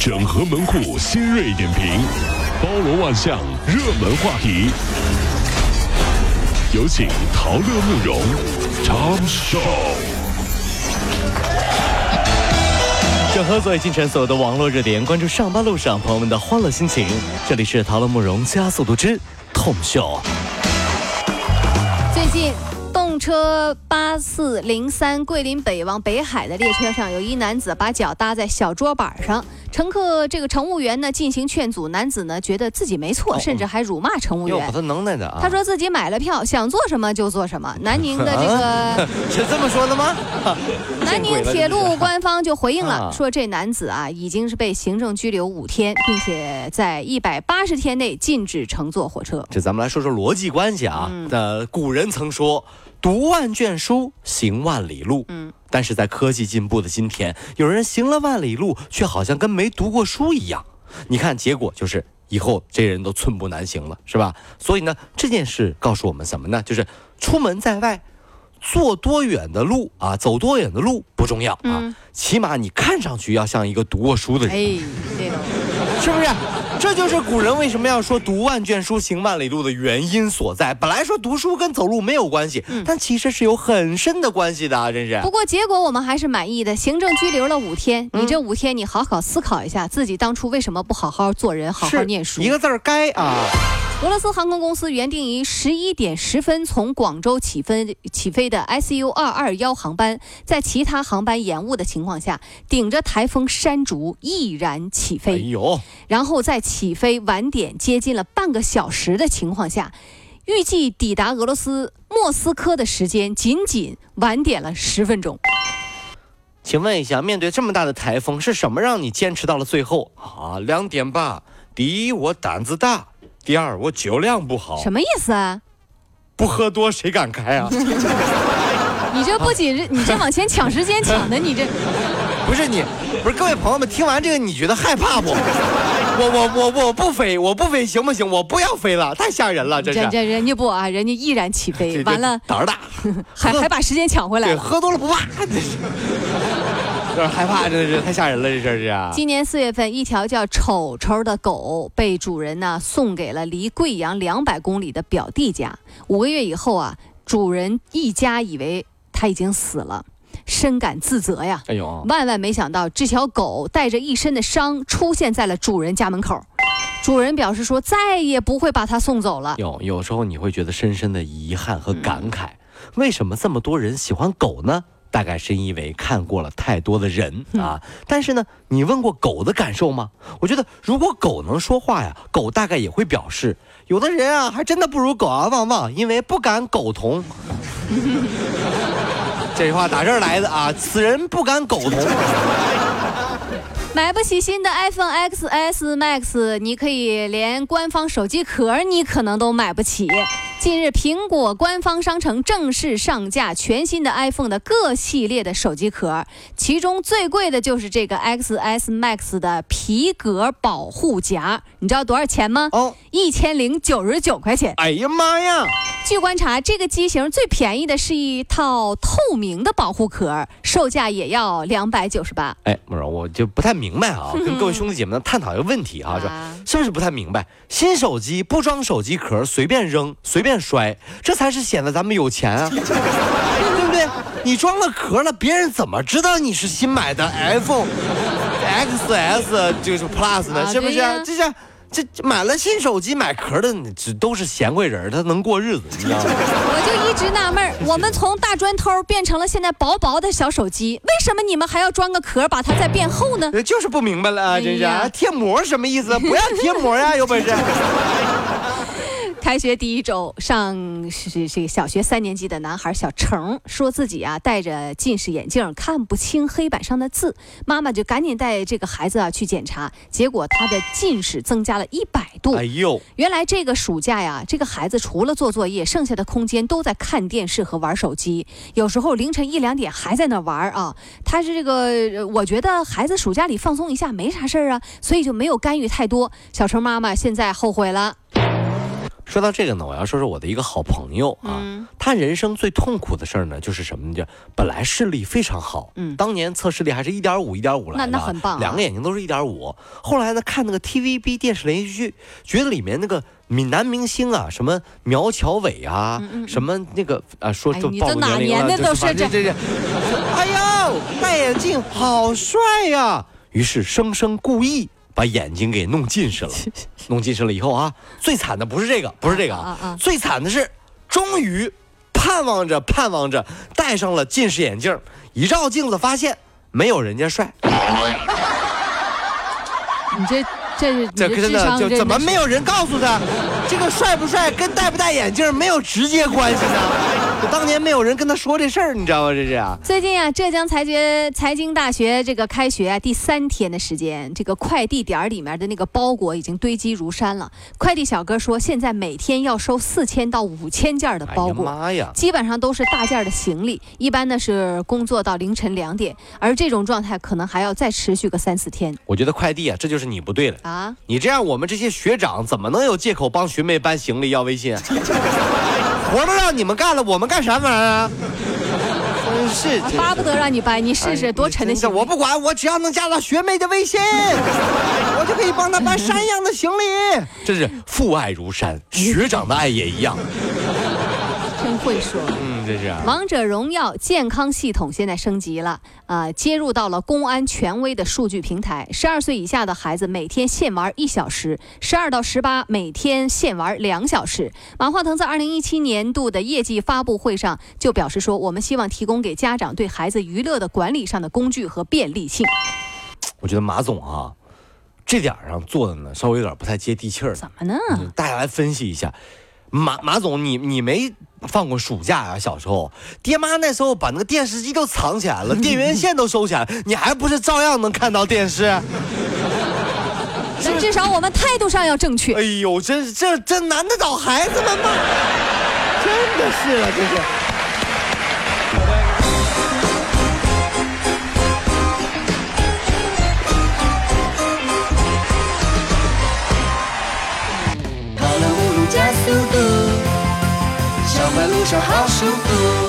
整合门户新锐点评，包罗万象，热门话题。有请陶乐慕容 Tom Show。 整合最近城所有的网络热点，关注上班路上朋友们的欢乐心情。这里是陶乐慕容加速度之 Tom Show。 最近动车8403桂林北往北海的列车上，有一男子把脚搭在小桌板上，乘务员呢进行劝阻，男子呢觉得自己没错，甚至还辱骂乘务员。 有他能耐的啊！ 他说自己买了票，想做什么就做什么。南宁的这个是这么说的吗？ 南宁铁路官方就回应了，说这男子啊已经是被行政拘留5天，并且在180天内禁止乘坐火车。 这咱们来说说逻辑关系啊。古人曾说，读万卷书，行万里路。但是在科技进步的今天，有人行了万里路，却好像跟没读过书一样。你看，结果就是以后这人都寸步难行了，是吧？所以呢，这件事告诉我们什么呢？就是出门在外，坐多远的路啊，走多远的路不重要啊，起码你看上去要像一个读过书的人。 这种是不是？这就是古人为什么要说读万卷书行万里路的原因所在。本来说读书跟走路没有关系，但其实是有很深的关系的啊！真是。 不过结果我们还是满意的，行政拘留了5天。你这5天，你好好思考一下，自己当初为什么不好好做人，好好念书？ 一个字儿该啊！ 俄罗斯航空公司原定于11点10分从广州起飞的 SU221 航班，在其他航班延误的情况下，顶着台风山竹毅然起飞。然后在起飞晚点接近了半个小时的情况下，预计抵达俄罗斯莫斯科的时间仅晚点了10分钟。 请问一下，面对这么大的台风，是什么让你坚持到了最后啊？2点吧。第一，我胆子大；第二，我酒量不好。 什么意思啊？ 不喝多谁敢开啊？ 你这不仅是你这往前抢时间抢的，你这不是各位朋友们，听完这个你觉得害怕不？我不飞行不行？我不要飞了，太吓人了，真是。 人家不啊，人家毅然起飞，完了胆儿大， 还把时间抢回来了。 对，喝多了不怕，真是。有点害怕，真的是太吓人了，这事儿是啊。 今年4月份，一条叫丑丑的狗被主人呢送给了离贵阳200公里的表弟家。5个月以后啊，主人一家以为他已经死了，深感自责呀。万万没想到，这条狗带着一身的伤出现在了主人家门口。主人表示说，再也不会把它送走了。 有时候你会觉得深深的遗憾和感慨，为什么这么多人喜欢狗呢？大概是因为看过了太多的人啊。但是呢，你问过狗的感受吗？我觉得如果狗能说话呀，狗大概也会表示，有的人啊还真的不如狗啊旺旺，因为不敢苟同。这句话打这儿来的啊，此人不敢苟同。 买不起新的 iPhone XS Max， 你可以连官方手机壳你可能都买不起。近日，苹果官方商城正式上架全新的 iPhone 的各系列的手机壳，其中最贵的就是这个 XS Max 的皮革保护夹，你知道多少钱吗？1099块钱。 哎呀妈呀！ 据观察，这个机型最便宜的是一套透明的保护壳，售价也要298。 慕容，我就不太明白啊，跟各位兄弟姐妹们探讨一个问题啊，是不是不太明白？新手机不装手机壳，随便扔随便摔，这才是显得咱们有钱啊，对不对？你装了壳了，别人怎么知道你是新买的 iPhone XS 就是 Plus 呢？是不是？这买了新手机买壳的，这都是贤贵人，他能过日子，你知道吗？ 我就一直纳闷，我们从大砖头变成了现在薄薄的小手机，为什么你们还要装个壳把它再变厚呢？ 就是不明白了啊，真是。贴膜什么意思？不要贴膜呀，有本事。 开学第一周，是这个小学3年级的男孩小程说自己啊戴着近视眼镜看不清黑板上的字，妈妈就赶紧带这个孩子啊去检查，结果他的近视增加了100度。原来这个暑假呀，这个孩子除了做作业，剩下的空间都在看电视和玩手机，有时候凌晨1、2点还在那玩啊。他是这个，我觉得孩子暑假里放松一下没啥事儿啊，所以就没有干预太多。小程妈妈现在后悔了。 说到这个呢，我要说说我的一个好朋友啊，他人生最痛苦的事儿呢，就是什么呢？本来视力非常好，当年测视力还是1.5来的， 那很棒， 两个眼睛都是1.5。后来呢，看那个 TVB 电视连续剧，觉得里面那个男明星啊，什么苗侨伟啊，什么那个说这暴露年龄了， 你这哪年的都是这，哎呦，戴眼镜好帅呀！于是生生故意把眼睛给弄近视了，弄近视了以后啊，最惨的不是这个啊，最惨的是，终于盼望着戴上了近视眼镜，一照镜子发现没有人家帅。 你这真的就怎么没有人告诉他，这个帅不帅跟戴不戴眼镜没有直接关系呢？当年没有人跟他说这事儿，你知道吗？这是啊。 最近啊，浙江财经大学这个开学啊第3天的时间，这个快递点里面的那个包裹已经堆积如山了。快递小哥说，现在每天要收4000到5000件的包裹， 妈呀， 基本上都是大件的行李，一般呢是工作到凌晨2点，而这种状态可能还要再持续个3、4天。 我觉得快递啊，这就是你不对了啊！ 你这样，我们这些学长怎么能有借口帮学妹搬行李要微信啊？活都让你们干了，我们干啥玩意儿啊？真是巴不得让你搬，你试试多沉的行李。 我不管，我只要能加到学妹的微信，我就可以帮她搬山样的行李。真是父爱如山，学长的爱也一样。 真会说。 这是王者荣耀健康系统现在升级了，接入到了公安权威的数据平台。12岁以下的孩子每天限玩1小时，12到18每天限玩2小时。马化腾在2017年度的业绩发布会上就表示说，我们希望提供给家长对孩子娱乐的管理上的工具和便利性。 我觉得马总啊，这点上做的呢，稍微有点不太接地气儿。 怎么呢？ 大家来分析一下。马总，你没放过暑假啊？小时候，爹妈那时候把那个电视机都藏起来了，电源线都收起来了，你还不是照样能看到电视？ 但至少我们态度上要正确。 哎呦，真是这难得倒孩子们吗？真的是了，这是。 加速度，上班路上好舒服。